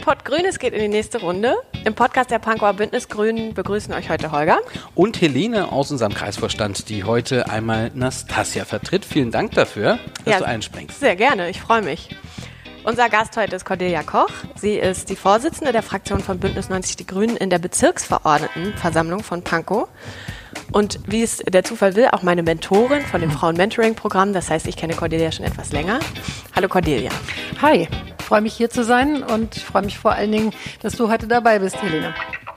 Pott Grünes geht in die nächste Runde. Im Podcast der Pankower Bündnis Grünen begrüßen euch heute Holger. Und Helene aus unserem Kreisvorstand, die heute einmal Nastassja vertritt. Vielen Dank dafür, dass du einspringst. Sehr gerne, ich freue mich. Unser Gast heute ist Cordelia Koch. Sie ist die Vorsitzende der Fraktion von Bündnis 90 Die Grünen in der Bezirksverordnetenversammlung von Pankow. Und wie es der Zufall will, auch meine Mentorin von dem Frauen-Mentoring-Programm. Das heißt, ich kenne Cordelia schon etwas länger. Hallo Cordelia. Hi, freue mich hier zu sein und freue mich vor allen Dingen, dass du heute dabei bist, Helene.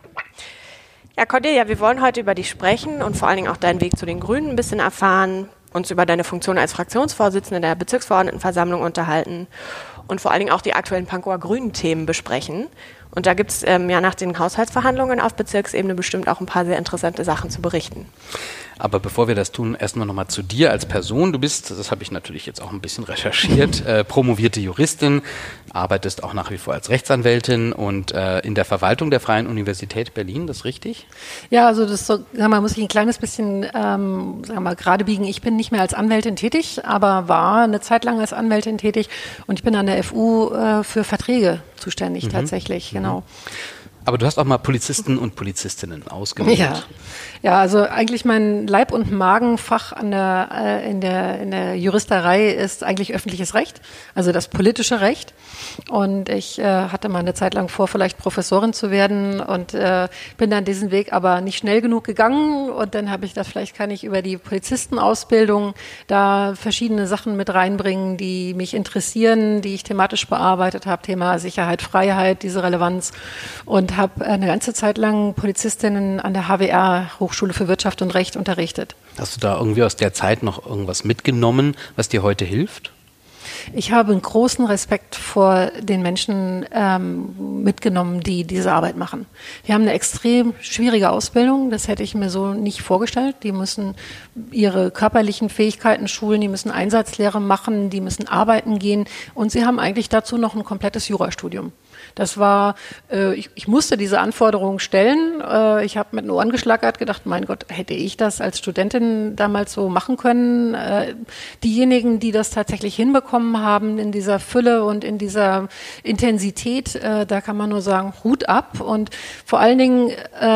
Ja, Cordelia, wir wollen heute über dich sprechen und vor allen Dingen auch deinen Weg zu den Grünen ein bisschen erfahren, uns über deine Funktion als Fraktionsvorsitzende der Bezirksverordnetenversammlung unterhalten und vor allen Dingen auch die aktuellen Pankower Grünen-Themen besprechen. Und da gibt es ja nach den Haushaltsverhandlungen auf Bezirksebene bestimmt auch ein paar sehr interessante Sachen zu berichten. Aber bevor wir das tun, erstmal nochmal zu dir als Person. Du bist, das habe ich natürlich jetzt auch ein bisschen recherchiert, promovierte Juristin, arbeitest auch nach wie vor als Rechtsanwältin und in der Verwaltung der Freien Universität Berlin, das ist richtig? Ja, also das so, muss ich ein kleines bisschen gerade biegen. Ich bin nicht mehr als Anwältin tätig, aber war eine Zeit lang als Anwältin tätig und ich bin an der FU für Verträge zuständig tatsächlich, genau. Aber du hast auch mal Polizisten und Polizistinnen ausgebildet. Ja, also eigentlich mein Leib- und Magenfach in der Juristerei ist eigentlich öffentliches Recht, also das politische Recht. Und ich hatte mal eine Zeit lang vor, vielleicht Professorin zu werden und bin dann diesen Weg aber nicht schnell genug gegangen. Und dann habe ich das, vielleicht kann ich über die Polizistenausbildung da verschiedene Sachen mit reinbringen, die mich interessieren, die ich thematisch bearbeitet habe, Thema Sicherheit, Freiheit, diese Relevanz. Und habe eine ganze Zeit lang Polizistinnen an der HWR, Hochschule für Wirtschaft und Recht, unterrichtet. Hast du da irgendwie aus der Zeit noch irgendwas mitgenommen, was dir heute hilft? Ich habe einen großen Respekt vor den Menschen mitgenommen, die diese Arbeit machen. Die haben eine extrem schwierige Ausbildung, das hätte ich mir so nicht vorgestellt. Die müssen ihre körperlichen Fähigkeiten schulen, die müssen Einsatzlehre machen, die müssen arbeiten gehen und sie haben eigentlich dazu noch ein komplettes Jurastudium. Das war, ich musste diese Anforderungen stellen. Ich habe mit den Ohren geschlagert, gedacht, mein Gott, hätte ich das als Studentin damals so machen können? Diejenigen, die das tatsächlich hinbekommen haben in dieser Fülle und in dieser Intensität, da kann man nur sagen, Hut ab. Und vor allen Dingen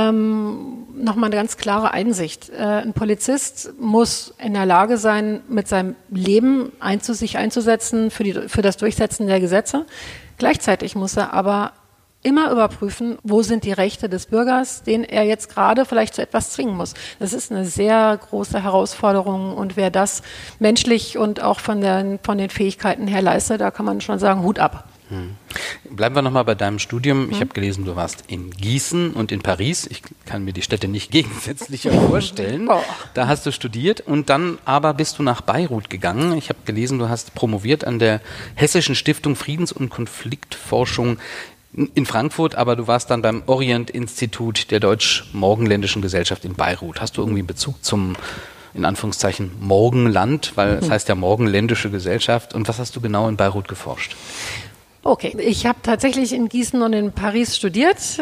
nochmal eine ganz klare Einsicht. Ein Polizist muss in der Lage sein, mit seinem Leben sich einzusetzen für das Durchsetzen der Gesetze. Gleichzeitig muss er aber immer überprüfen, wo sind die Rechte des Bürgers, den er jetzt gerade vielleicht zu etwas zwingen muss. Das ist eine sehr große Herausforderung und wer das menschlich und auch von den Fähigkeiten her leistet, da kann man schon sagen, Hut ab. Bleiben wir nochmal bei deinem Studium. Ich habe gelesen, du warst in Gießen und in Paris. Ich kann mir die Städte nicht gegensätzlicher vorstellen. Da hast du studiert und dann aber bist du nach Beirut gegangen. Ich habe gelesen, du hast promoviert an der Hessischen Stiftung Friedens- und Konfliktforschung in Frankfurt, aber du warst dann beim Orient-Institut der Deutsch-Morgenländischen Gesellschaft in Beirut. Hast du irgendwie einen Bezug zum, in Anführungszeichen, Morgenland, weil es heißt ja Morgenländische Gesellschaft. Und was hast du genau in Beirut geforscht? Okay, ich habe tatsächlich in Gießen und in Paris studiert. Ich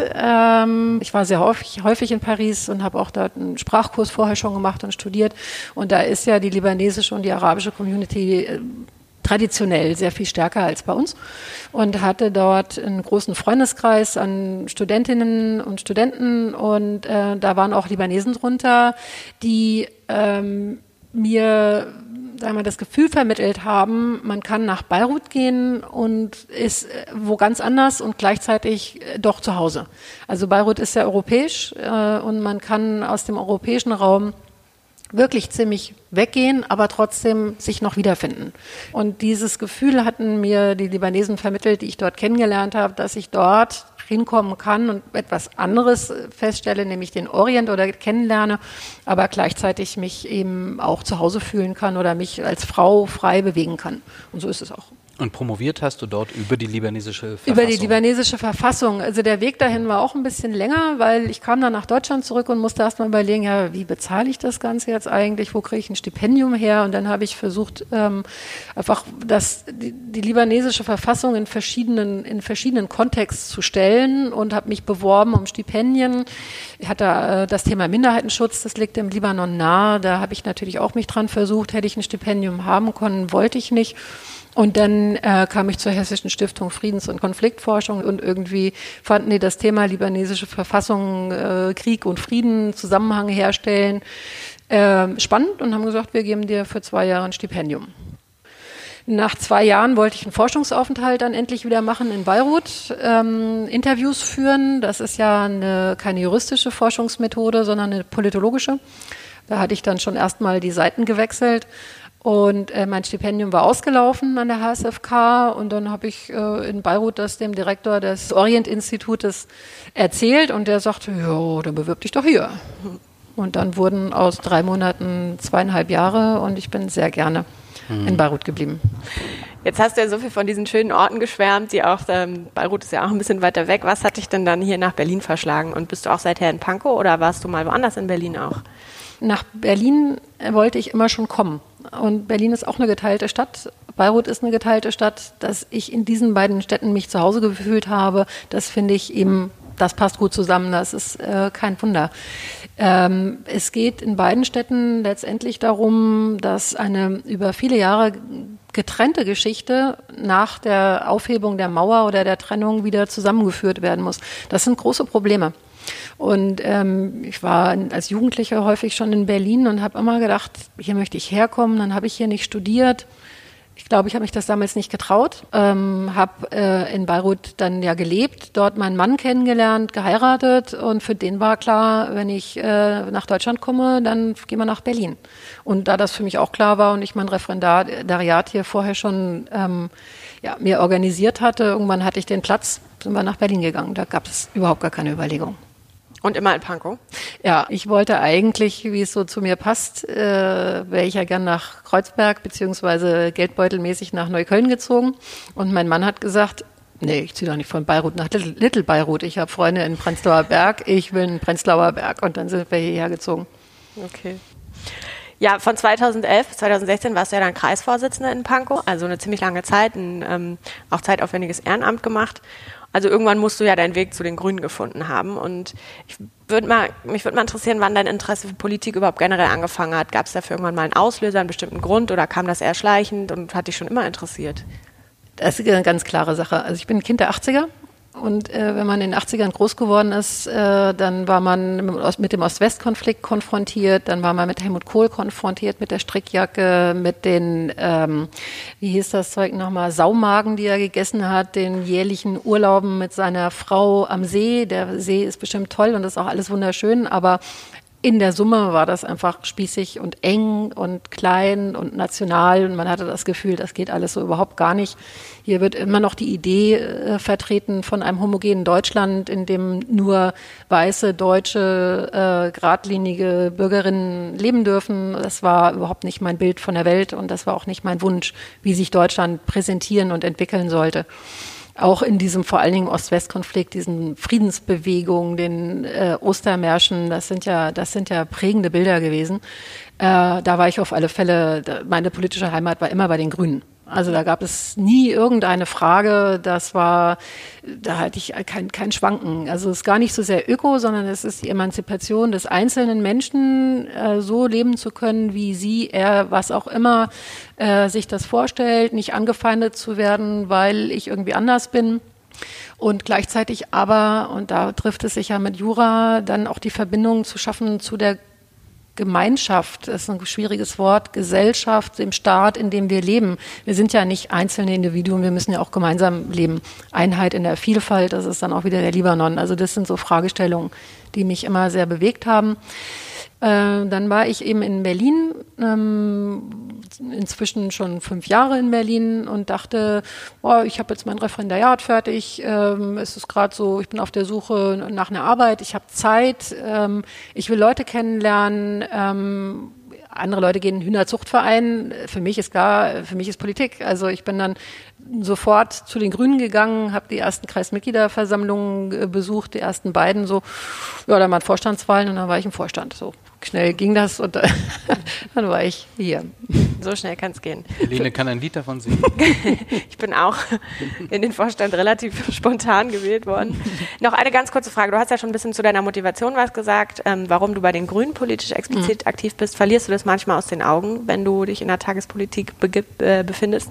war sehr häufig in Paris und habe auch dort einen Sprachkurs vorher schon gemacht und studiert. Und da ist ja die libanesische und die arabische Community traditionell sehr viel stärker als bei uns und hatte dort einen großen Freundeskreis an Studentinnen und Studenten und da waren auch Libanesen drunter, die mir das Gefühl vermittelt haben, man kann nach Beirut gehen und ist wo ganz anders und gleichzeitig doch zu Hause. Also Beirut ist ja europäisch und man kann aus dem europäischen Raum wirklich ziemlich weggehen, aber trotzdem sich noch wiederfinden. Und dieses Gefühl hatten mir die Libanesen vermittelt, die ich dort kennengelernt habe, dass ich dort hinkommen kann und etwas anderes feststelle, nämlich den Orient oder kennenlerne, aber gleichzeitig mich eben auch zu Hause fühlen kann oder mich als Frau frei bewegen kann. Und so ist es auch. Und promoviert hast du dort über die libanesische Verfassung? Über die libanesische Verfassung. Also der Weg dahin war auch ein bisschen länger, weil ich kam dann nach Deutschland zurück und musste erst mal überlegen, ja, wie bezahle ich das Ganze jetzt eigentlich? Wo kriege ich ein Stipendium her? Und dann habe ich versucht, einfach die libanesische Verfassung in verschiedenen Kontext zu stellen und habe mich beworben um Stipendien. Ich hatte das Thema Minderheitenschutz, das liegt im Libanon nahe. Da habe ich natürlich auch mich dran versucht. Hätte ich ein Stipendium haben können, wollte ich nicht. Und dann kam ich zur Hessischen Stiftung Friedens- und Konfliktforschung und irgendwie fanden die das Thema libanesische Verfassung, Krieg und Frieden, Zusammenhang herstellen, spannend und haben gesagt, wir geben dir für 2 Jahre ein Stipendium. Nach 2 Jahren wollte ich einen Forschungsaufenthalt dann endlich wieder machen in Beirut, Interviews führen. Das ist ja keine juristische Forschungsmethode, sondern eine politologische. Da hatte ich dann schon erstmal die Seiten gewechselt. Und mein Stipendium war ausgelaufen an der HSFK und dann habe ich in Beirut das dem Direktor des Orient-Institutes erzählt und der sagte, ja, dann bewirb dich doch hier. Und dann wurden aus 3 Monaten 2,5 Jahre und ich bin sehr gerne in Beirut geblieben. Jetzt hast du ja so viel von diesen schönen Orten geschwärmt, die auch, Beirut ist ja auch ein bisschen weiter weg. Was hat dich denn dann hier nach Berlin verschlagen? Und bist du auch seither in Pankow oder warst du mal woanders in Berlin auch? Nach Berlin wollte ich immer schon kommen. Und Berlin ist auch eine geteilte Stadt. Beirut ist eine geteilte Stadt. Dass ich in diesen beiden Städten mich zu Hause gefühlt habe, das finde ich eben, das passt gut zusammen. Das ist kein Wunder. Es geht in beiden Städten letztendlich darum, dass eine über viele Jahre getrennte Geschichte nach der Aufhebung der Mauer oder der Trennung wieder zusammengeführt werden muss. Das sind große Probleme. Und ich war als Jugendliche häufig schon in Berlin und habe immer gedacht, hier möchte ich herkommen, dann habe ich hier nicht studiert. Ich glaube, ich habe mich das damals nicht getraut. Habe in Beirut dann ja gelebt, dort meinen Mann kennengelernt, geheiratet und für den war klar, wenn ich nach Deutschland komme, dann gehen wir nach Berlin. Und da das für mich auch klar war und ich mein Referendariat hier vorher schon mir organisiert hatte, irgendwann hatte ich den Platz, sind wir nach Berlin gegangen. Da gab es überhaupt gar keine Überlegung. Und immer in Pankow? Ja, ich wollte eigentlich, wie es so zu mir passt, wäre ich ja gern nach Kreuzberg beziehungsweise geldbeutelmäßig nach Neukölln gezogen. Und mein Mann hat gesagt, nee, ich ziehe doch nicht von Beirut nach Little Beirut. Ich habe Freunde in Prenzlauer Berg, ich will in Prenzlauer Berg. Und dann sind wir hierher gezogen. Okay. Ja, von 2011 bis 2016 warst du ja dann Kreisvorsitzende in Pankow, also eine ziemlich lange Zeit, ein auch zeitaufwendiges Ehrenamt gemacht. Also irgendwann musst du ja deinen Weg zu den Grünen gefunden haben. Und mich würde mal interessieren, wann dein Interesse für Politik überhaupt generell angefangen hat. Gab es dafür irgendwann mal einen Auslöser, einen bestimmten Grund oder kam das eher schleichend und hat dich schon immer interessiert? Das ist eine ganz klare Sache. Also ich bin ein Kind der 80er. Und wenn man in den 80ern groß geworden ist, dann war man mit dem Ost-West-Konflikt konfrontiert, dann war man mit Helmut Kohl konfrontiert, mit der Strickjacke, mit den, wie hieß das Zeug nochmal, Saumagen, die er gegessen hat, den jährlichen Urlauben mit seiner Frau am See. Der See ist bestimmt toll und ist auch alles wunderschön, aber in der Summe war das einfach spießig und eng und klein und national und man hatte das Gefühl, das geht alles so überhaupt gar nicht. Hier wird immer noch die Idee vertreten von einem homogenen Deutschland, in dem nur weiße, deutsche, geradlinige Bürgerinnen leben dürfen. Das war überhaupt nicht mein Bild von der Welt und das war auch nicht mein Wunsch, wie sich Deutschland präsentieren und entwickeln sollte. Auch in diesem vor allen Dingen Ost-West-Konflikt, diesen Friedensbewegungen, den Ostermärschen, das sind ja prägende Bilder gewesen. Da war ich auf alle Fälle, meine politische Heimat war immer bei den Grünen. Also da gab es nie irgendeine Frage, da hatte ich kein Schwanken. Also es ist gar nicht so sehr öko, sondern es ist die Emanzipation des einzelnen Menschen, so leben zu können, wie sie, er, was auch immer sich das vorstellt, nicht angefeindet zu werden, weil ich irgendwie anders bin. Und gleichzeitig aber, und da trifft es sich ja mit Jura, dann auch die Verbindung zu schaffen zu der Gemeinschaft, das ist ein schwieriges Wort, Gesellschaft, dem Staat, in dem wir leben. Wir sind ja nicht einzelne Individuen, wir müssen ja auch gemeinsam leben. Einheit in der Vielfalt, das ist dann auch wieder der Libanon. Also das sind so Fragestellungen, die mich immer sehr bewegt haben. Dann war ich eben in Berlin, inzwischen schon 5 Jahre in Berlin und dachte, ich habe jetzt mein Referendariat fertig, es ist gerade so, ich bin auf der Suche nach einer Arbeit, ich habe Zeit, ich will Leute kennenlernen, andere Leute gehen in den Hühnerzuchtverein, für mich ist Politik. Also ich bin dann sofort zu den Grünen gegangen, habe die ersten Kreismitgliederversammlungen besucht, die ersten beiden so, dann waren Vorstandswahlen und dann war ich im Vorstand. So schnell ging das und dann war ich hier. So schnell kann es gehen. Helene kann ein Lied davon singen. Ich bin auch in den Vorstand relativ spontan gewählt worden. Noch eine ganz kurze Frage. Du hast ja schon ein bisschen zu deiner Motivation was gesagt, warum du bei den Grünen politisch explizit aktiv bist. Verlierst du das manchmal aus den Augen, wenn du dich in der Tagespolitik befindest?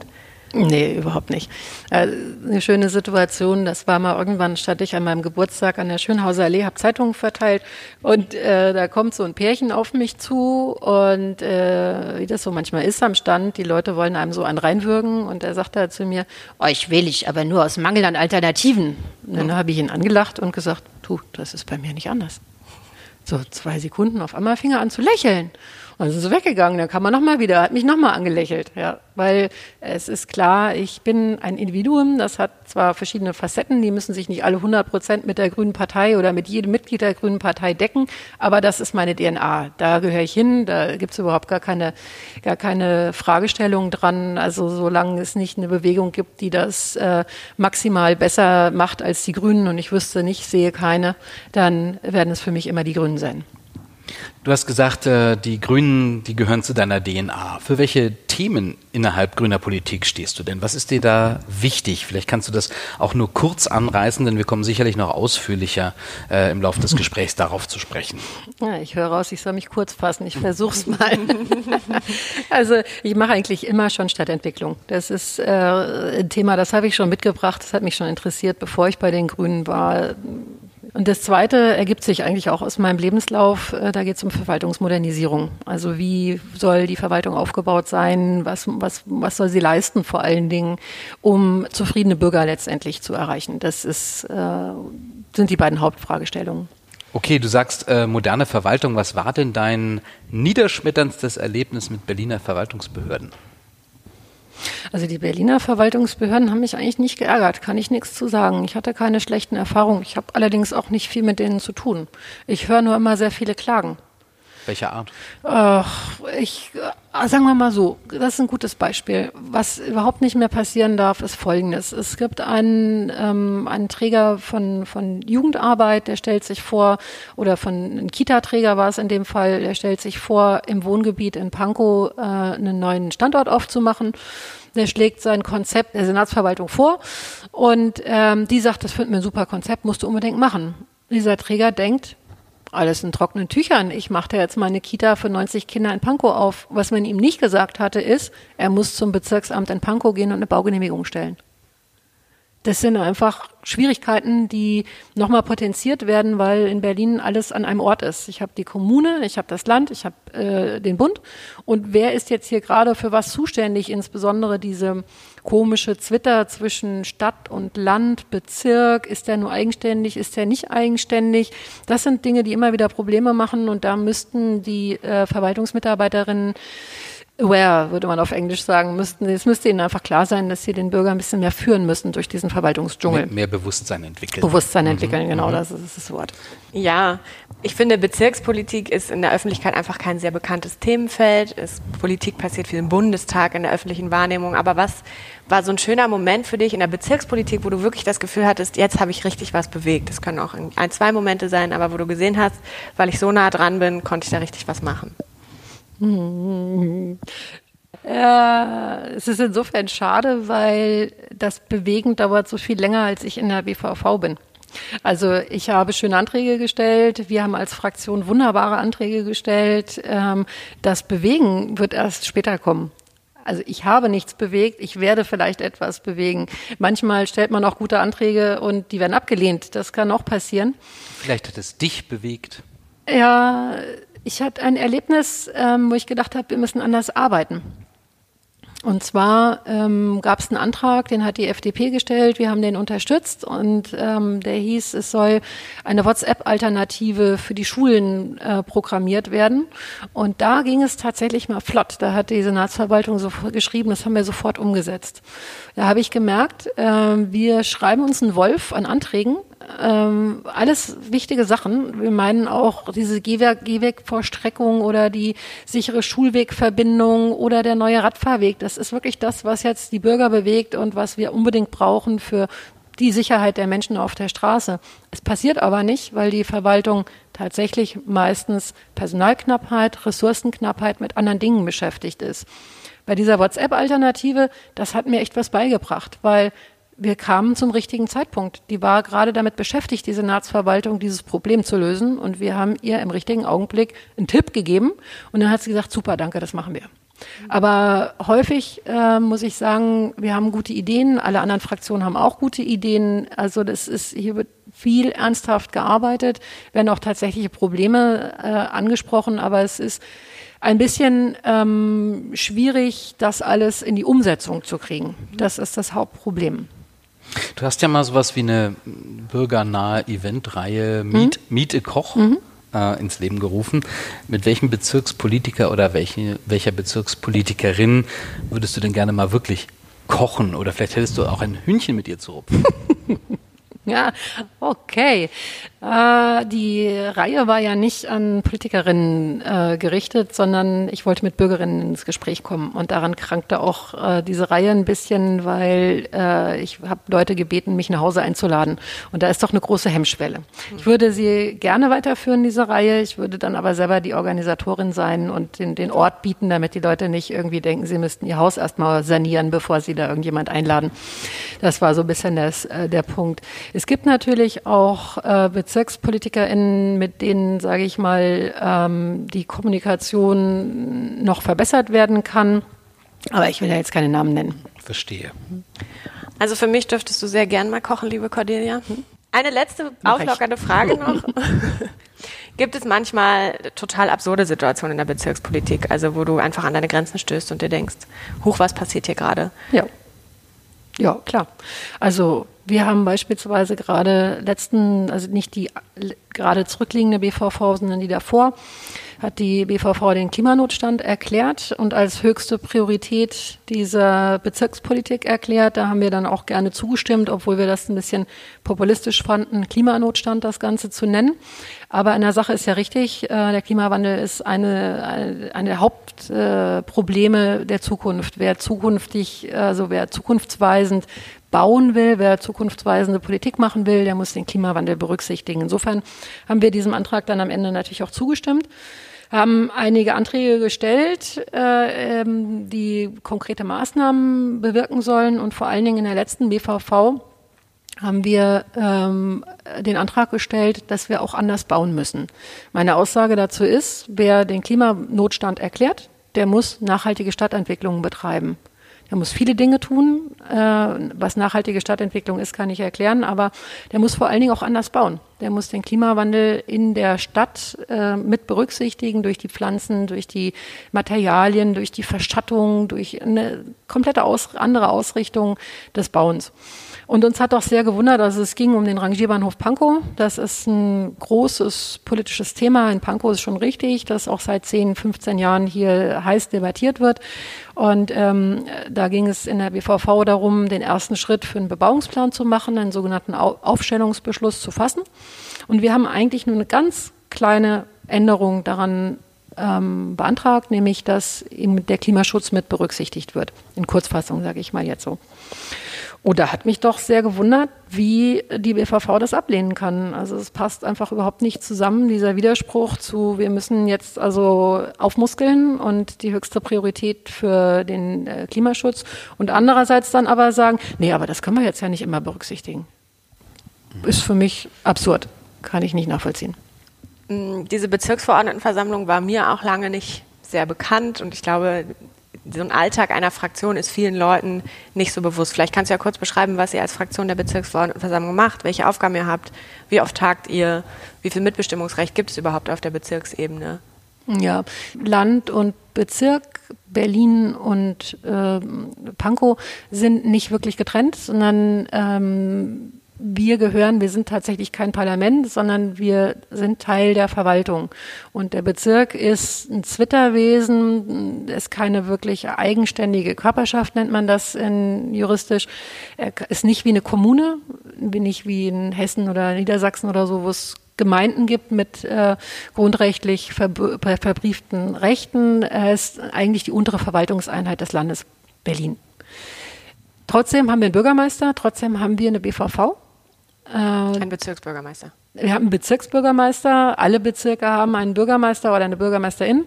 Nee, überhaupt nicht. Eine schöne Situation, das war mal irgendwann, stand ich an meinem Geburtstag an der Schönhauser Allee, habe Zeitungen verteilt und da kommt so ein Pärchen auf mich zu und wie das so manchmal ist am Stand, die Leute wollen einem so einen reinwürgen und er sagt da zu mir, euch wähle ich aber nur aus Mangel an Alternativen. Und dann habe ich ihn angelacht und gesagt, du, das ist bei mir nicht anders. So 2 Sekunden, auf einmal fing er an zu lächeln. Und dann ist so weggegangen, dann kam er nochmal wieder, hat mich nochmal angelächelt. Ja, weil es ist klar, ich bin ein Individuum, das hat zwar verschiedene Facetten, die müssen sich nicht alle 100% mit der Grünen Partei oder mit jedem Mitglied der Grünen Partei decken, aber das ist meine DNA. Da gehöre ich hin, da gibt es überhaupt gar keine Fragestellung dran. Also solange es nicht eine Bewegung gibt, die das maximal besser macht als die Grünen und ich wüsste nicht, sehe keine, dann werden es für mich immer die Grünen sein. Du hast gesagt, die Grünen, die gehören zu deiner DNA. Für welche Themen innerhalb grüner Politik stehst du denn? Was ist dir da wichtig? Vielleicht kannst du das auch nur kurz anreißen, denn wir kommen sicherlich noch ausführlicher im Laufe des Gesprächs darauf zu sprechen. Ja, ich höre raus, ich soll mich kurz fassen. Ich versuch's mal. Also ich mache eigentlich immer schon Stadtentwicklung. Das ist ein Thema, das habe ich schon mitgebracht, das hat mich schon interessiert, bevor ich bei den Grünen war. Und das Zweite ergibt sich eigentlich auch aus meinem Lebenslauf. Da geht es um Verwaltungsmodernisierung. Also wie soll die Verwaltung aufgebaut sein? Was soll sie leisten vor allen Dingen, um zufriedene Bürger letztendlich zu erreichen? Das sind die beiden Hauptfragestellungen. Okay, du sagst moderne Verwaltung. Was war denn dein niederschmetternstes Erlebnis mit Berliner Verwaltungsbehörden? Also die Berliner Verwaltungsbehörden haben mich eigentlich nicht geärgert, kann ich nichts zu sagen. Ich hatte keine schlechten Erfahrungen. Ich habe allerdings auch nicht viel mit denen zu tun. Ich höre nur immer sehr viele Klagen. Welcher Art? Sagen wir mal so, das ist ein gutes Beispiel. Was überhaupt nicht mehr passieren darf, ist Folgendes. Es gibt einen Träger von Jugendarbeit, der stellt sich vor, oder ein Kita-Träger war es in dem Fall, der stellt sich vor, im Wohngebiet in Pankow einen neuen Standort aufzumachen. Der schlägt sein Konzept der Senatsverwaltung vor und die sagt, das finden wir ein super Konzept, musst du unbedingt machen. Dieser Träger denkt, alles in trockenen Tüchern. Ich mache da jetzt mal eine Kita für 90 Kinder in Pankow auf. Was man ihm nicht gesagt hatte, ist, er muss zum Bezirksamt in Pankow gehen und eine Baugenehmigung stellen. Das sind einfach Schwierigkeiten, die nochmal potenziert werden, weil in Berlin alles an einem Ort ist. Ich habe die Kommune, ich habe das Land, ich habe den Bund. Und wer ist jetzt hier gerade für was zuständig? Insbesondere diese komische Zwitter zwischen Stadt und Land, Bezirk. Ist der nur eigenständig? Ist der nicht eigenständig? Das sind Dinge, die immer wieder Probleme machen. Und da müssten die Verwaltungsmitarbeiterinnen aware, würde man auf Englisch sagen, es müsste ihnen einfach klar sein, dass sie den Bürger ein bisschen mehr führen müssen durch diesen Verwaltungsdschungel. Mehr Bewusstsein entwickeln. Bewusstsein entwickeln, genau, das ist das Wort. Ja, ich finde, Bezirkspolitik ist in der Öffentlichkeit einfach kein sehr bekanntes Themenfeld. Politik passiert viel im Bundestag, in der öffentlichen Wahrnehmung. Aber was war so ein schöner Moment für dich in der Bezirkspolitik, wo du wirklich das Gefühl hattest, jetzt habe ich richtig was bewegt? Das können auch 1, 2 Momente sein, aber wo du gesehen hast, weil ich so nah dran bin, konnte ich da richtig was machen. Es ist insofern schade, weil das Bewegen dauert so viel länger, als ich in der BVV bin. Also ich habe schöne Anträge gestellt, wir haben als Fraktion wunderbare Anträge gestellt. Das Bewegen wird erst später kommen. Also ich habe nichts bewegt, ich werde vielleicht etwas bewegen. Manchmal stellt man auch gute Anträge und die werden abgelehnt. Das kann auch passieren. Vielleicht hat es dich bewegt. Ja, ich hatte ein Erlebnis, wo ich gedacht habe, wir müssen anders arbeiten. Und zwar gab es einen Antrag, den hat die FDP gestellt, wir haben den unterstützt und der hieß, es soll eine WhatsApp-Alternative für die Schulen programmiert werden. Und da ging es tatsächlich mal flott. Da hat die Senatsverwaltung so geschrieben, das haben wir sofort umgesetzt. Da habe ich gemerkt, wir schreiben uns einen Wolf an Anträgen, alles wichtige Sachen. Wir meinen auch diese Gehwegvorstreckung oder die sichere Schulwegverbindung oder der neue Radfahrweg. Das ist wirklich das, was jetzt die Bürger bewegt und was wir unbedingt brauchen für die Sicherheit der Menschen auf der Straße. Es passiert aber nicht, weil die Verwaltung tatsächlich meistens Personalknappheit, Ressourcenknappheit mit anderen Dingen beschäftigt ist. Bei dieser WhatsApp-Alternative, das hat mir echt was beigebracht, weil wir kamen zum richtigen Zeitpunkt. Die war gerade damit beschäftigt, die Senatsverwaltung, dieses Problem zu lösen. Und wir haben ihr im richtigen Augenblick einen Tipp gegeben. Und dann hat sie gesagt, super, danke, das machen wir. Aber häufig muss ich sagen, wir haben gute Ideen, alle anderen Fraktionen haben auch gute Ideen. Also hier wird viel ernsthaft gearbeitet, werden auch tatsächliche Probleme angesprochen, aber es ist ein bisschen schwierig, das alles in die Umsetzung zu kriegen. Das ist das Hauptproblem. Du hast ja mal sowas wie eine bürgernahe Eventreihe Miete Koch ins Leben gerufen. Mit welchem Bezirkspolitiker oder welcher Bezirkspolitikerin würdest du denn gerne mal wirklich kochen? Oder vielleicht hättest du auch ein Hühnchen mit ihr zu rupfen. Ja, okay. Die Reihe war ja nicht an Politikerinnen gerichtet, sondern ich wollte mit Bürgerinnen ins Gespräch kommen. Und daran krankte auch diese Reihe ein bisschen, weil ich habe Leute gebeten, mich nach Hause einzuladen. Und da ist doch eine große Hemmschwelle. Ich würde sie gerne weiterführen, diese Reihe. Ich würde dann aber selber die Organisatorin sein und den Ort bieten, damit die Leute nicht irgendwie denken, sie müssten ihr Haus erstmal sanieren, bevor sie da irgendjemand einladen. Das war so ein bisschen der Punkt. Es gibt natürlich auch BezirkspolitikerInnen, mit denen, sage ich mal, die Kommunikation noch verbessert werden kann. Aber ich will ja jetzt keine Namen nennen. Verstehe. Also für mich dürftest du sehr gern mal kochen, liebe Cordelia. Eine letzte auflockernde Frage noch. Gibt es manchmal total absurde Situationen in der Bezirkspolitik, also wo du einfach an deine Grenzen stößt und dir denkst, huch, was passiert hier gerade? Ja, klar. Also wir haben beispielsweise also nicht die gerade zurückliegende BVV, sondern die davor, hat die BVV den Klimanotstand erklärt und als höchste Priorität dieser Bezirkspolitik erklärt. Da haben wir dann auch gerne zugestimmt, obwohl wir das ein bisschen populistisch fanden, Klimanotstand das Ganze zu nennen. Aber in der Sache ist ja richtig, der Klimawandel ist eine der Hauptprobleme der Zukunft. Wer zukunftsweisend bauen will, wer zukunftsweisende Politik machen will, der muss den Klimawandel berücksichtigen. Insofern haben wir diesem Antrag dann am Ende natürlich auch zugestimmt, haben einige Anträge gestellt, die konkrete Maßnahmen bewirken sollen und vor allen Dingen in der letzten BVV haben wir den Antrag gestellt, dass wir auch anders bauen müssen. Meine Aussage dazu ist, wer den Klimanotstand erklärt, der muss nachhaltige Stadtentwicklung betreiben. Der muss viele Dinge tun. Was nachhaltige Stadtentwicklung ist, kann ich erklären, aber der muss vor allen Dingen auch anders bauen. Der muss den Klimawandel in der Stadt mit berücksichtigen, durch die Pflanzen, durch die Materialien, durch die Verschattung, durch eine komplette andere Ausrichtung des Bauens. Und uns hat auch sehr gewundert, also es ging um den Rangierbahnhof Pankow. Das ist ein großes politisches Thema. In Pankow ist schon richtig, das auch seit 10, 15 Jahren hier heiß debattiert wird. Und da ging es in der BVV darum, den ersten Schritt für einen Bebauungsplan zu machen, einen sogenannten Aufstellungsbeschluss zu fassen. Und wir haben eigentlich nur eine ganz kleine Änderung daran beantragt, nämlich dass eben der Klimaschutz mit berücksichtigt wird. In Kurzfassung sage ich mal jetzt so. Und da hat mich doch sehr gewundert, wie die BVV das ablehnen kann. Also es passt einfach überhaupt nicht zusammen, dieser Widerspruch zu, wir müssen jetzt also aufmuskeln und die höchste Priorität für den Klimaschutz und andererseits dann aber sagen, nee, aber das können wir jetzt ja nicht immer berücksichtigen. Ist für mich absurd, kann ich nicht nachvollziehen. Diese Bezirksverordnetenversammlung war mir auch lange nicht sehr bekannt und ich glaube, so ein Alltag einer Fraktion ist vielen Leuten nicht so bewusst. Vielleicht kannst du ja kurz beschreiben, was ihr als Fraktion der Bezirksverordnetenversammlung macht, welche Aufgaben ihr habt, wie oft tagt ihr, wie viel Mitbestimmungsrecht gibt es überhaupt auf der Bezirksebene? Ja, Land und Bezirk, Berlin und Pankow sind nicht wirklich getrennt, sondern wir sind tatsächlich kein Parlament, sondern wir sind Teil der Verwaltung. Und der Bezirk ist ein Zwitterwesen, ist keine wirklich eigenständige Körperschaft, nennt man das juristisch. Er ist nicht wie eine Kommune, nicht wie in Hessen oder Niedersachsen oder so, wo es Gemeinden gibt mit grundrechtlich verbrieften Rechten. Er ist eigentlich die untere Verwaltungseinheit des Landes Berlin. Trotzdem haben wir einen Bürgermeister, trotzdem haben wir eine BVV. Ein Bezirksbürgermeister. Wir haben einen Bezirksbürgermeister. Alle Bezirke haben einen Bürgermeister oder eine Bürgermeisterin,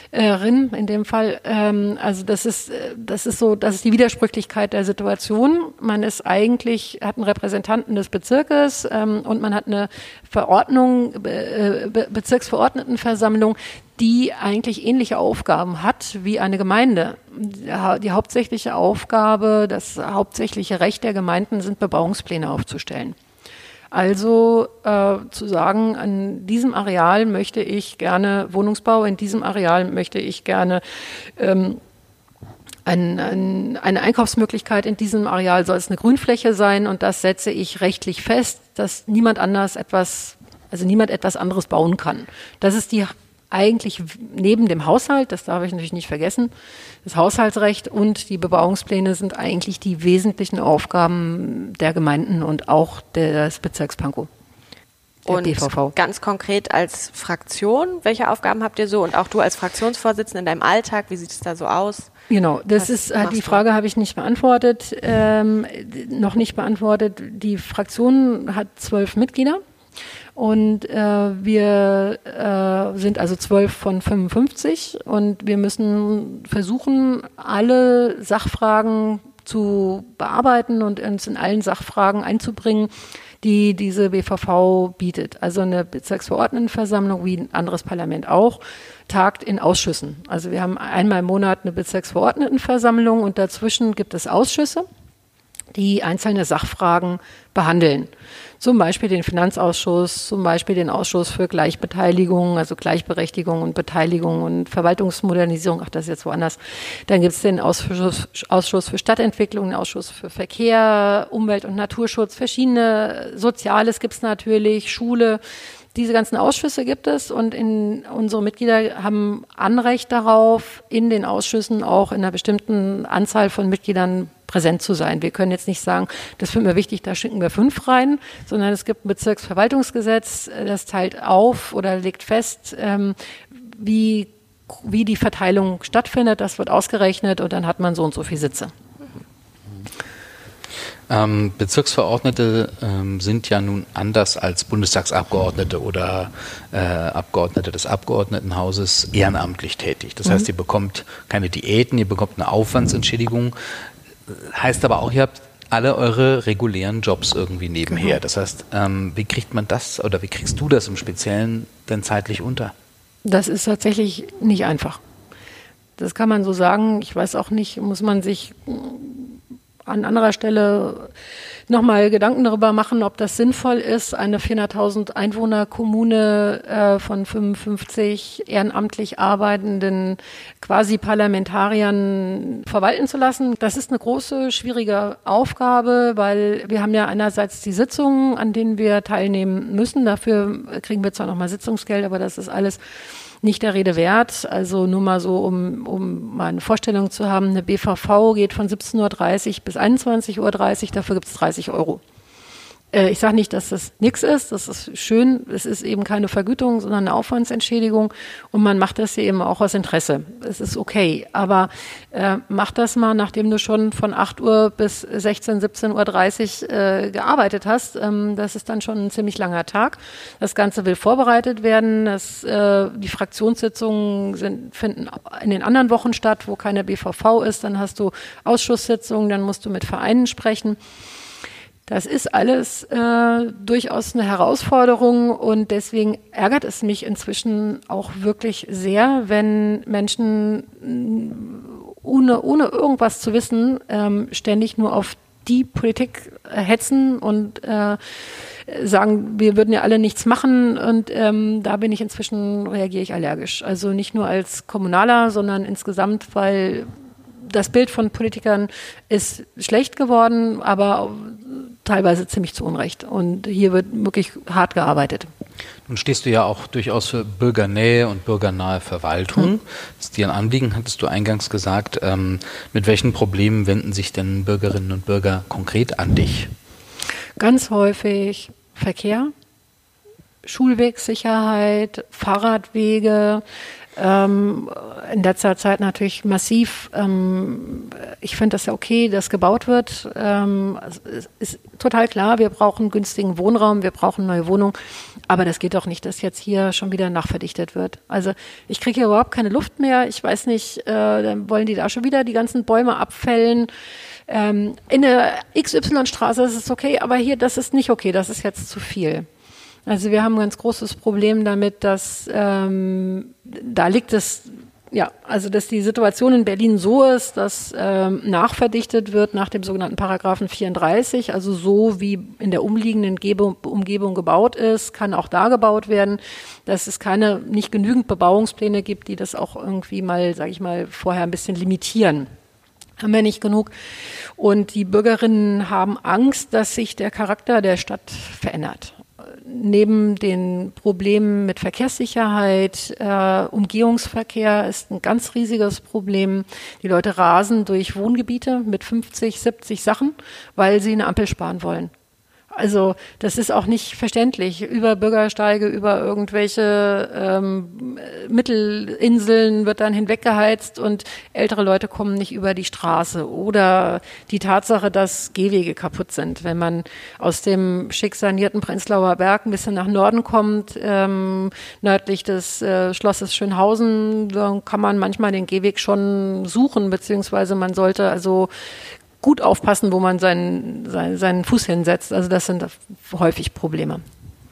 in dem Fall. Also das ist die Widersprüchlichkeit der Situation. Man hat einen Repräsentanten des Bezirkes und man hat eine Verordnung, Bezirksverordnetenversammlung, die eigentlich ähnliche Aufgaben hat wie eine Gemeinde. Die hauptsächliche Aufgabe, das hauptsächliche Recht der Gemeinden sind, Bebauungspläne aufzustellen. Also zu sagen, an diesem Areal möchte ich gerne Wohnungsbau, in diesem Areal möchte ich gerne eine Einkaufsmöglichkeit, in diesem Areal soll es eine Grünfläche sein und das setze ich rechtlich fest, dass niemand etwas anderes bauen kann. Das ist die eigentlich neben dem Haushalt, das darf ich natürlich nicht vergessen, das Haushaltsrecht und die Bebauungspläne sind eigentlich die wesentlichen Aufgaben der Gemeinden und auch des Bezirks Pankow. Und BVV. Ganz konkret als Fraktion, welche Aufgaben habt ihr so? Und auch du als Fraktionsvorsitzende in deinem Alltag, wie sieht es da so aus? Genau, die Frage habe ich nicht beantwortet, noch nicht beantwortet. Die Fraktion hat 12 Mitglieder. Und wir sind also 12 von 55 und wir müssen versuchen, alle Sachfragen zu bearbeiten und uns in allen Sachfragen einzubringen, die diese BVV bietet. Also eine Bezirksverordnetenversammlung, wie ein anderes Parlament auch, tagt in Ausschüssen. Also wir haben einmal im Monat eine Bezirksverordnetenversammlung und dazwischen gibt es Ausschüsse, die einzelne Sachfragen behandeln. Zum Beispiel den Finanzausschuss, zum Beispiel den Ausschuss für Gleichbeteiligung, also Gleichberechtigung und Beteiligung und Verwaltungsmodernisierung. Ach, das ist jetzt woanders. Dann gibt es den Ausschuss für Stadtentwicklung, den Ausschuss für Verkehr, Umwelt- und Naturschutz, verschiedene Soziales gibt es natürlich, Schule. Diese ganzen Ausschüsse gibt es und unsere Mitglieder haben Anrecht darauf, in den Ausschüssen auch in einer bestimmten Anzahl von Mitgliedern präsent zu sein. Wir können jetzt nicht sagen, das finden wir wichtig, da schicken wir 5 rein, sondern es gibt ein Bezirksverwaltungsgesetz, das teilt auf oder legt fest, wie die Verteilung stattfindet. Das wird ausgerechnet und dann hat man so und so viele Sitze. Bezirksverordnete sind ja nun anders als Bundestagsabgeordnete oder Abgeordnete des Abgeordnetenhauses ehrenamtlich tätig. Das heißt, ihr bekommt keine Diäten, ihr bekommt eine Aufwandsentschädigung. Heißt aber auch, ihr habt alle eure regulären Jobs irgendwie nebenher. Das heißt, wie kriegt man das oder wie kriegst du das im Speziellen denn zeitlich unter? Das ist tatsächlich nicht einfach. Das kann man so sagen. Ich weiß auch nicht, muss man sich an anderer Stelle nochmal Gedanken darüber machen, ob das sinnvoll ist, eine 400.000 Einwohner-Kommune von 55 ehrenamtlich arbeitenden quasi Parlamentariern verwalten zu lassen. Das ist eine große, schwierige Aufgabe, weil wir haben ja einerseits die Sitzungen, an denen wir teilnehmen müssen. Dafür kriegen wir zwar nochmal Sitzungsgeld, aber das ist alles nicht der Rede wert. Also nur mal so, um mal eine Vorstellung zu haben, eine BVV geht von 17.30 Uhr bis 21.30 Uhr, dafür gibt es 30 Euro. Ich sage nicht, dass das nichts ist, das ist schön, es ist eben keine Vergütung, sondern eine Aufwandsentschädigung und man macht das hier eben auch aus Interesse. Es ist okay, aber mach das mal, nachdem du schon von 8 Uhr bis 17.30 Uhr gearbeitet hast. Das ist dann schon ein ziemlich langer Tag. Das Ganze will vorbereitet werden. Die Fraktionssitzungen finden in den anderen Wochen statt, wo keine BVV ist. Dann hast du Ausschusssitzungen, dann musst du mit Vereinen sprechen. Das ist alles durchaus eine Herausforderung und deswegen ärgert es mich inzwischen auch wirklich sehr, wenn Menschen ohne irgendwas zu wissen ständig nur auf die Politik hetzen und sagen, wir würden ja alle nichts machen und da bin ich reagiere ich allergisch. Also nicht nur als Kommunaler, sondern insgesamt, weil das Bild von Politikern ist schlecht geworden, aber teilweise ziemlich zu Unrecht. Und hier wird wirklich hart gearbeitet. Nun stehst du ja auch durchaus für Bürgernähe und bürgernahe Verwaltung. Das ist dir ein Anliegen, hattest du eingangs gesagt. Mit welchen Problemen wenden sich denn Bürgerinnen und Bürger konkret an dich? Ganz häufig Verkehr, Schulwegsicherheit, Fahrradwege, in letzter Zeit natürlich massiv. Ich finde das ja okay, dass gebaut wird. Es ist total klar, wir brauchen günstigen Wohnraum, wir brauchen neue Wohnungen. Aber das geht doch nicht, dass jetzt hier schon wieder nachverdichtet wird. Also ich kriege hier überhaupt keine Luft mehr. Ich weiß nicht, dann wollen die da schon wieder die ganzen Bäume abfällen. In der XY-Straße ist es okay, aber hier, das ist nicht okay, das ist jetzt zu viel. Also wir haben ein ganz großes Problem damit, dass da liegt es, ja, also dass die Situation in Berlin so ist, dass nachverdichtet wird nach dem sogenannten Paragraphen 34, also so wie in der umliegenden Umgebung gebaut ist, kann auch da gebaut werden, dass es nicht genügend Bebauungspläne gibt, die das auch irgendwie mal, sage ich mal, vorher ein bisschen limitieren. Haben wir nicht genug. Und die Bürgerinnen haben Angst, dass sich der Charakter der Stadt verändert. Neben den Problemen mit Verkehrssicherheit, Umgehungsverkehr ist ein ganz riesiges Problem. Die Leute rasen durch Wohngebiete mit 50, 70 Sachen, weil sie eine Ampel sparen wollen. Also das ist auch nicht verständlich. Über Bürgersteige, über irgendwelche Mittelinseln wird dann hinweggeheizt und ältere Leute kommen nicht über die Straße. Oder die Tatsache, dass Gehwege kaputt sind. Wenn man aus dem schick sanierten Prenzlauer Berg ein bisschen nach Norden kommt, nördlich des Schlosses Schönhausen, dann kann man manchmal den Gehweg schon suchen, beziehungsweise man sollte also gut aufpassen, wo man seinen Fuß hinsetzt. Also das sind häufig Probleme.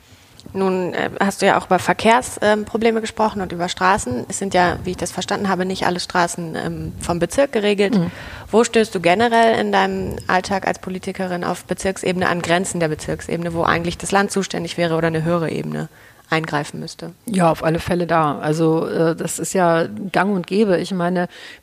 Nun hast du ja auch über Verkehrsprobleme gesprochen und über Straßen. Es sind ja, wie ich das verstanden habe, nicht alle Straßen vom Bezirk geregelt. Mhm. Wo stößt du generell in deinem Alltag als Politikerin auf Bezirksebene an Grenzen der Bezirksebene, wo eigentlich das Land zuständig wäre oder eine höhere Ebene eingreifen müsste? Ja, auf alle Fälle da. Also das ist ja gang und gäbe. Ich meine,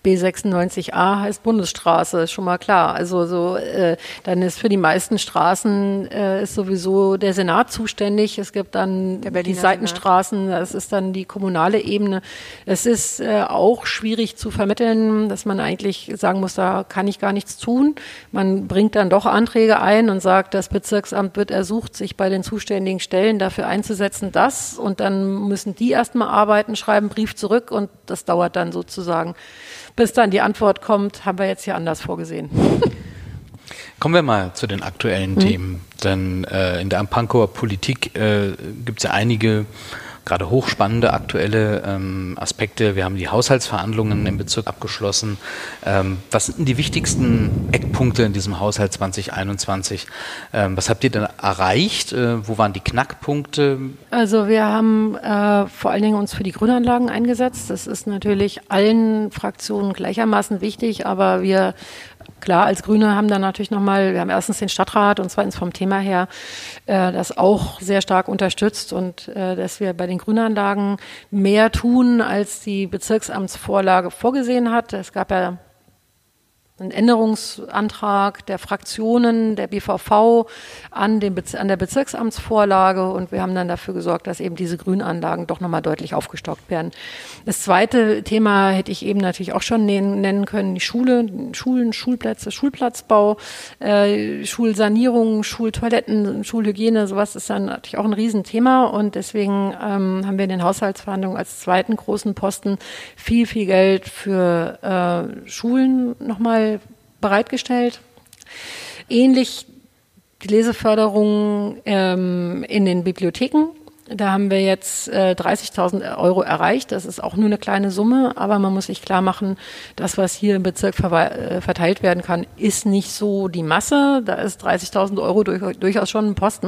B96A heißt Bundesstraße, ist schon mal klar. Also dann ist für die meisten Straßen ist sowieso der Senat zuständig. Es gibt dann die Seitenstraßen, das ist dann die kommunale Ebene. Es ist auch schwierig zu vermitteln, dass man eigentlich sagen muss, da kann ich gar nichts tun. Man bringt dann doch Anträge ein und sagt, das Bezirksamt wird ersucht, sich bei den zuständigen Stellen dafür einzusetzen, dass, und dann müssen die erstmal arbeiten, schreiben Brief zurück und das dauert dann sozusagen. Bis dann die Antwort kommt, haben wir jetzt hier anders vorgesehen. Kommen wir mal zu den aktuellen Themen, denn in der Pankower Politik gibt es ja einige gerade hochspannende aktuelle Aspekte. Wir haben die Haushaltsverhandlungen im Bezirk abgeschlossen. Was sind denn die wichtigsten Eckpunkte in diesem Haushalt 2021? Was habt ihr denn erreicht? Wo waren die Knackpunkte? Also wir haben vor allen Dingen uns für die Grünanlagen eingesetzt. Das ist natürlich allen Fraktionen gleichermaßen wichtig, aber wir klar, als Grüne haben dann natürlich nochmal, wir haben erstens den Stadtrat und zweitens vom Thema her das auch sehr stark unterstützt und dass wir bei den Grünanlagen mehr tun, als die Bezirksamtsvorlage vorgesehen hat. Es gab ja einen Änderungsantrag der Fraktionen, der BVV an der Bezirksamtsvorlage und wir haben dann dafür gesorgt, dass eben diese Grünanlagen doch nochmal deutlich aufgestockt werden. Das zweite Thema hätte ich eben natürlich auch schon nennen können, die Schulen, Schulplätze, Schulplatzbau, Schulsanierung, Schultoiletten, Schulhygiene, sowas ist dann natürlich auch ein Riesenthema und deswegen haben wir in den Haushaltsverhandlungen als zweiten großen Posten viel Geld für Schulen nochmal bereitgestellt. Ähnlich die Leseförderung in den Bibliotheken. Da haben wir jetzt 30.000 Euro erreicht. Das ist auch nur eine kleine Summe, aber man muss sich klar machen, das, was hier im Bezirk verteilt werden kann, ist nicht so die Masse. Da ist 30.000 Euro durchaus schon ein Posten.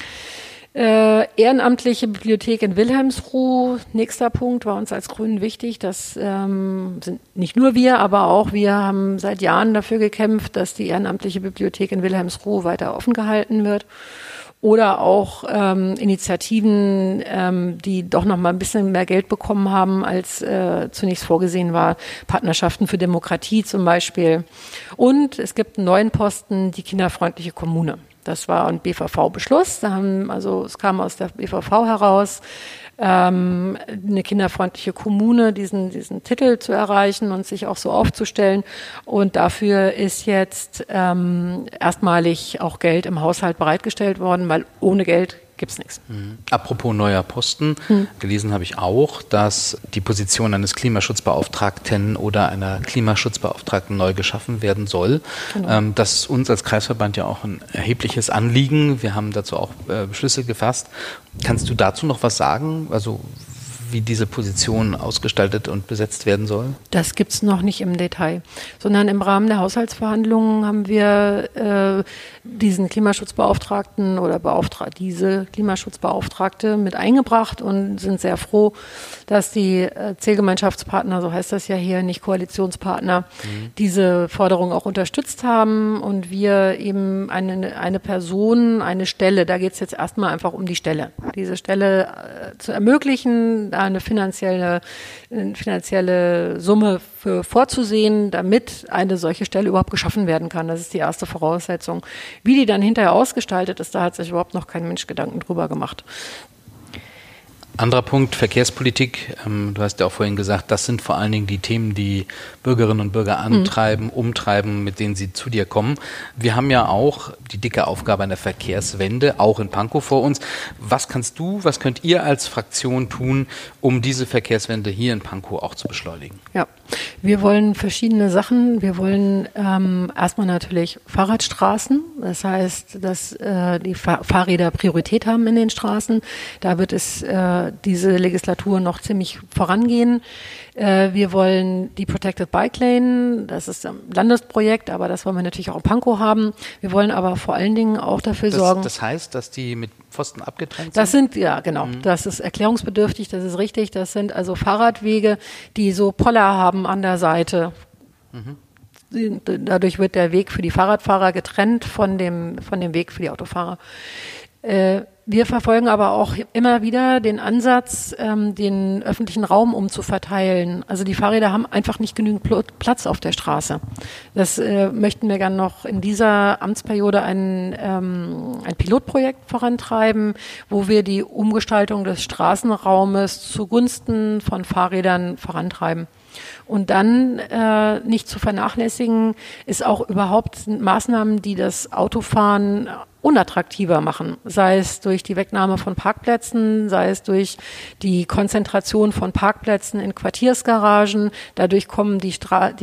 Ehrenamtliche Bibliothek in Wilhelmsruh, nächster Punkt, war uns als Grünen wichtig. Das sind nicht nur wir, aber auch wir haben seit Jahren dafür gekämpft, dass die ehrenamtliche Bibliothek in Wilhelmsruh weiter offen gehalten wird. Oder auch Initiativen, die doch noch mal ein bisschen mehr Geld bekommen haben, als zunächst vorgesehen war. Partnerschaften für Demokratie zum Beispiel. Und es gibt einen neuen Posten, die kinderfreundliche Kommune. Das war ein BVV-Beschluss. Es kam aus der BVV heraus, eine kinderfreundliche Kommune, diesen Titel zu erreichen und sich auch so aufzustellen. Und dafür ist jetzt erstmalig auch Geld im Haushalt bereitgestellt worden, weil ohne Geld gibt's nichts. Apropos neuer Posten, gelesen habe ich auch, dass die Position eines Klimaschutzbeauftragten oder einer Klimaschutzbeauftragten neu geschaffen werden soll. Genau. Das ist uns als Kreisverband ja auch ein erhebliches Anliegen. Wir haben dazu auch Beschlüsse gefasst. Kannst du dazu noch was sagen? Also wie diese Position ausgestaltet und besetzt werden soll? Das gibt's noch nicht im Detail, sondern im Rahmen der Haushaltsverhandlungen haben wir diesen Klimaschutzbeauftragten oder diese Klimaschutzbeauftragte mit eingebracht und sind sehr froh, dass die Zielgemeinschaftspartner, so heißt das ja hier, nicht Koalitionspartner, diese Forderung auch unterstützt haben und wir eben eine Person, eine Stelle, da geht's jetzt erstmal einfach um die Stelle, diese Stelle zu ermöglichen, da eine finanzielle Summe für vorzusehen, damit eine solche Stelle überhaupt geschaffen werden kann. Das ist die erste Voraussetzung. Wie die dann hinterher ausgestaltet ist, da hat sich überhaupt noch kein Mensch Gedanken drüber gemacht. Anderer Punkt, Verkehrspolitik. Du hast ja auch vorhin gesagt, das sind vor allen Dingen die Themen, die Bürgerinnen und Bürger antreiben, umtreiben, mit denen sie zu dir kommen. Wir haben ja auch die dicke Aufgabe einer Verkehrswende, auch in Pankow vor uns. Was könnt ihr als Fraktion tun, um diese Verkehrswende hier in Pankow auch zu beschleunigen? Ja, wir wollen verschiedene Sachen. Wir wollen erstmal natürlich Fahrradstraßen. Das heißt, dass die Fahrräder Priorität haben in den Straßen. Da wird es diese Legislatur noch ziemlich vorangehen. Wir wollen die Protected Bike Lane, das ist ein Landesprojekt, aber das wollen wir natürlich auch in Pankow haben. Wir wollen aber vor allen Dingen auch dafür sorgen. Das heißt, dass die mit Pfosten abgetrennt sind? Ja, genau. Das ist erklärungsbedürftig, das ist richtig. Das sind also Fahrradwege, die so Poller haben an der Seite. Dadurch wird der Weg für die Fahrradfahrer getrennt von dem Weg für die Autofahrer. Wir verfolgen aber auch immer wieder den Ansatz, den öffentlichen Raum umzuverteilen. Also die Fahrräder haben einfach nicht genügend Platz auf der Straße. Das möchten wir gerne noch in dieser Amtsperiode ein Pilotprojekt vorantreiben, wo wir die Umgestaltung des Straßenraumes zugunsten von Fahrrädern vorantreiben. Und dann nicht zu vernachlässigen ist auch überhaupt Maßnahmen, die das Autofahren unattraktiver machen, sei es durch die Wegnahme von Parkplätzen, sei es durch die Konzentration von Parkplätzen in Quartiersgaragen. Dadurch kommen die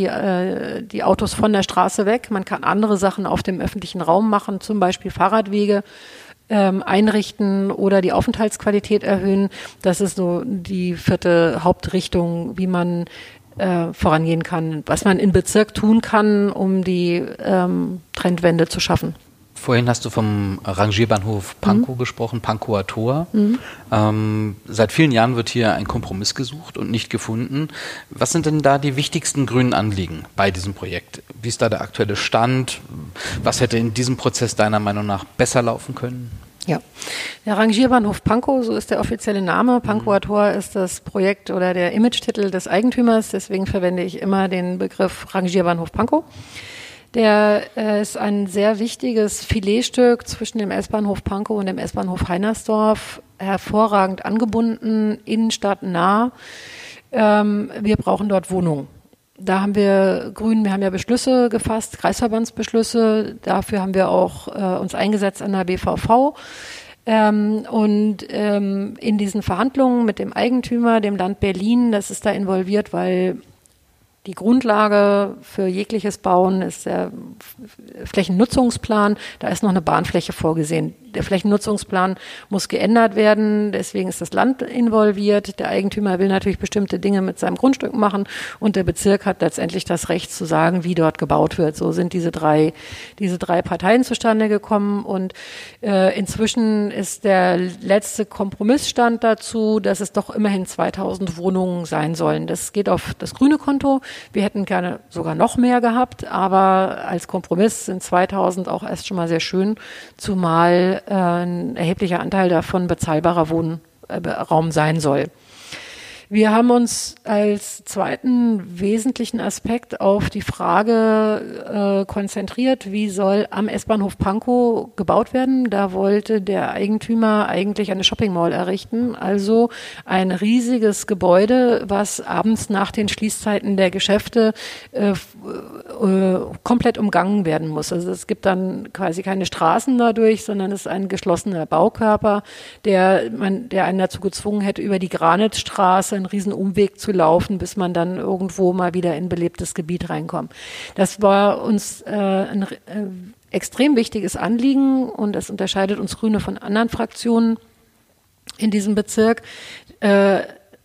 Autos von der Straße weg. Man kann andere Sachen auf dem öffentlichen Raum machen, zum Beispiel Fahrradwege einrichten oder die Aufenthaltsqualität erhöhen. Das ist so die vierte Hauptrichtung, wie man vorangehen kann, was man im Bezirk tun kann, um die Trendwende zu schaffen. Vorhin hast du vom Rangierbahnhof Pankow gesprochen, Pankower Tor. Seit vielen Jahren wird hier ein Kompromiss gesucht und nicht gefunden. Was sind denn da die wichtigsten grünen Anliegen bei diesem Projekt? Wie ist da der aktuelle Stand? Was hätte in diesem Prozess deiner Meinung nach besser laufen können? Ja, der Rangierbahnhof Pankow, so ist der offizielle Name. Pankower Tor ist das Projekt oder der Imagetitel des Eigentümers. Deswegen verwende ich immer den Begriff Rangierbahnhof Pankow. Der ist ein sehr wichtiges Filetstück zwischen dem S-Bahnhof Pankow und dem S-Bahnhof Heinersdorf, hervorragend angebunden, innenstadtnah. Wir brauchen dort Wohnungen. Da haben wir wir haben ja Beschlüsse gefasst, Kreisverbandsbeschlüsse. Dafür haben wir auch uns eingesetzt an der BVV. In diesen Verhandlungen mit dem Eigentümer, dem Land Berlin, das ist da involviert, weil die Grundlage für jegliches Bauen ist der Flächennutzungsplan. Da ist noch eine Bahnfläche vorgesehen. Der Flächennutzungsplan muss geändert werden. Deswegen ist das Land involviert. Der Eigentümer will natürlich bestimmte Dinge mit seinem Grundstück machen. Und der Bezirk hat letztendlich das Recht zu sagen, wie dort gebaut wird. So sind diese drei Parteien zustande gekommen. Und inzwischen ist der letzte Kompromissstand dazu, dass es doch immerhin 2000 Wohnungen sein sollen. Das geht auf das grüne Konto. Wir hätten gerne sogar noch mehr gehabt, aber als Kompromiss sind 2000 auch erst schon mal sehr schön, zumal ein erheblicher Anteil davon bezahlbarer Wohnraum sein soll. Wir haben uns als zweiten wesentlichen Aspekt auf die Frage konzentriert, wie soll am S-Bahnhof Pankow gebaut werden. Da wollte der Eigentümer eigentlich eine Shopping Mall errichten, also ein riesiges Gebäude, was abends nach den Schließzeiten der Geschäfte komplett umgangen werden muss. Also es gibt dann quasi keine Straßen dadurch, sondern es ist ein geschlossener Baukörper, der einen dazu gezwungen hätte, über die Granitstraße einen riesen Umweg zu laufen, bis man dann irgendwo mal wieder in belebtes Gebiet reinkommt. Das war uns ein extrem wichtiges Anliegen und das unterscheidet uns Grüne von anderen Fraktionen in diesem Bezirk.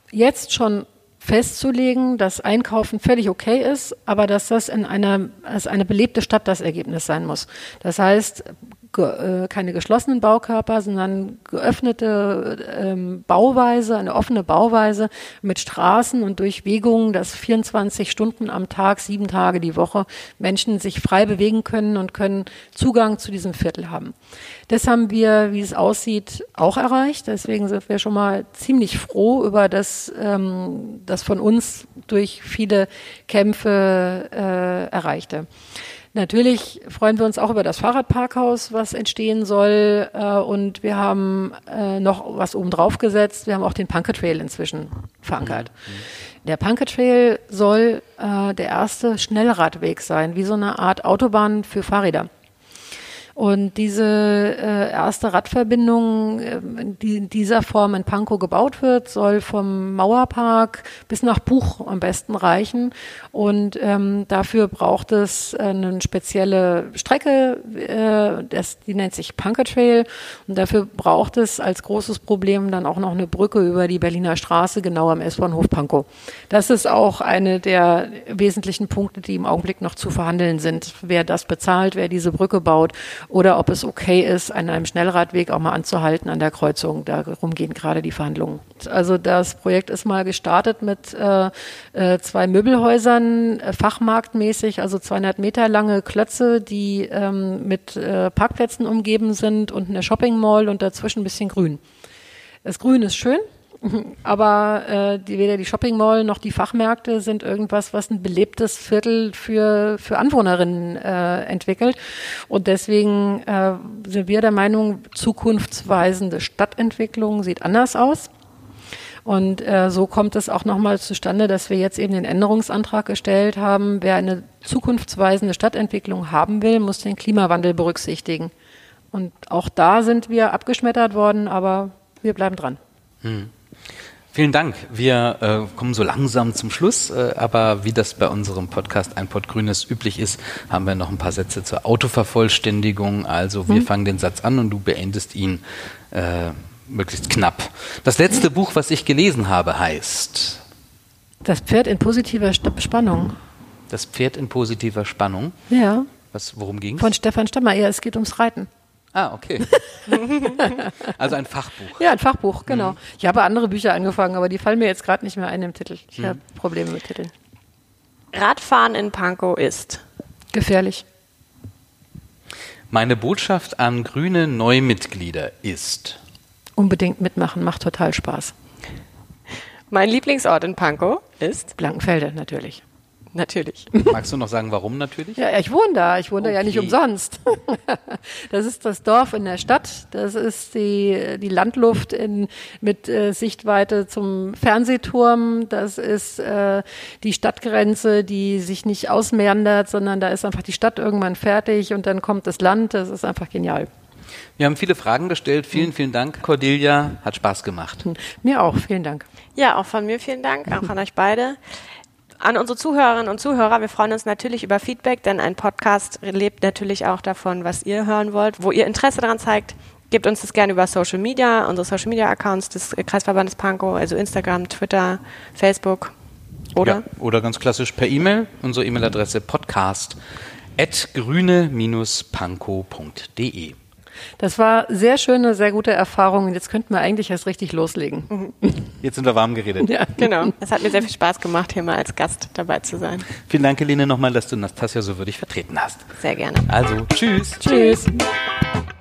jetzt schon festzulegen, dass Einkaufen völlig okay ist, aber dass das als eine belebte Stadt das Ergebnis sein muss. Das heißt, keine geschlossenen Baukörper, sondern geöffnete Bauweise, eine offene Bauweise mit Straßen und Durchwegungen, dass 24 Stunden am Tag, 7 Tage die Woche Menschen sich frei bewegen können und können Zugang zu diesem Viertel haben. Das haben wir, wie es aussieht, auch erreicht. Deswegen sind wir schon mal ziemlich froh über das von uns durch viele Kämpfe erreichte. Natürlich freuen wir uns auch über das Fahrradparkhaus, was entstehen soll. Und wir haben noch was oben drauf gesetzt. Wir haben auch den Punker Trail inzwischen verankert. Der Punker Trail soll der erste Schnellradweg sein, wie so eine Art Autobahn für Fahrräder. Und diese erste Radverbindung, die in dieser Form in Pankow gebaut wird, soll vom Mauerpark bis nach Buch am besten reichen. Und dafür braucht es eine spezielle Strecke, die nennt sich Punker Trail. Und dafür braucht es als großes Problem dann auch noch eine Brücke über die Berliner Straße, genau am S-Bahnhof Pankow. Das ist auch eine der wesentlichen Punkte, die im Augenblick noch zu verhandeln sind. Wer das bezahlt, wer diese Brücke baut. Oder ob es okay ist, an einem Schnellradweg auch mal anzuhalten an der Kreuzung. Darum gehen gerade die Verhandlungen. Also das Projekt ist mal gestartet mit 2 Möbelhäusern, fachmarktmäßig, also 200 Meter lange Klötze, die mit Parkplätzen umgeben sind und eine Shopping Mall und dazwischen ein bisschen Grün. Das Grün ist schön. Aber weder die Shopping Mall noch die Fachmärkte sind irgendwas, was ein belebtes Viertel für Anwohnerinnen entwickelt. Und deswegen sind wir der Meinung, zukunftsweisende Stadtentwicklung sieht anders aus. Und so kommt es auch nochmal zustande, dass wir jetzt eben den Änderungsantrag gestellt haben. Wer eine zukunftsweisende Stadtentwicklung haben will, muss den Klimawandel berücksichtigen. Und auch da sind wir abgeschmettert worden, aber wir bleiben dran. Vielen Dank. Wir kommen so langsam zum Schluss, aber wie das bei unserem Podcast Ein Pott Grünes üblich ist, haben wir noch ein paar Sätze zur Autovervollständigung. Also wir fangen den Satz an und du beendest ihn möglichst knapp. Das letzte Buch, was ich gelesen habe, heißt? Das Pferd in positiver Spannung. Das Pferd in positiver Spannung? Ja. Worum ging es? Von Stefan Stammer. Ja, es geht ums Reiten. Ah, okay. Also ein Fachbuch. Ja, ein Fachbuch, genau. Ich habe andere Bücher angefangen, aber die fallen mir jetzt gerade nicht mehr ein im Titel. Ich habe Probleme mit Titeln. Radfahren in Pankow ist gefährlich. Meine Botschaft an grüne Neumitglieder ist: Unbedingt mitmachen, macht total Spaß. Mein Lieblingsort in Pankow ist? Blankenfelde, natürlich. Natürlich. Magst du noch sagen, warum natürlich? Ja, ich wohne da. Ich wohne da ja nicht umsonst. Das ist das Dorf in der Stadt. Das ist die Landluft mit Sichtweite zum Fernsehturm. Das ist die Stadtgrenze, die sich nicht ausmeandert, sondern da ist einfach die Stadt irgendwann fertig und dann kommt das Land. Das ist einfach genial. Wir haben viele Fragen gestellt. Vielen, vielen Dank, Cordelia. Hat Spaß gemacht. Mir auch. Vielen Dank. Ja, auch von mir vielen Dank. Auch an euch beide. An unsere Zuhörerinnen und Zuhörer, wir freuen uns natürlich über Feedback, denn ein Podcast lebt natürlich auch davon, was ihr hören wollt. Wo ihr Interesse daran zeigt, gebt uns das gerne über Social Media, unsere Social Media Accounts des Kreisverbandes Pankow, also Instagram, Twitter, Facebook oder? Ja, oder ganz klassisch per E-Mail, unsere E-Mail-Adresse podcast@grüne-pankow.de. Das war sehr schöne, sehr gute Erfahrung. Und jetzt könnten wir eigentlich erst richtig loslegen. Jetzt sind wir warm geredet. Ja, genau. Es hat mir sehr viel Spaß gemacht, hier mal als Gast dabei zu sein. Vielen Dank, Helene, nochmal, dass du Nastassja so würdig vertreten hast. Sehr gerne. Also, tschüss. Tschüss.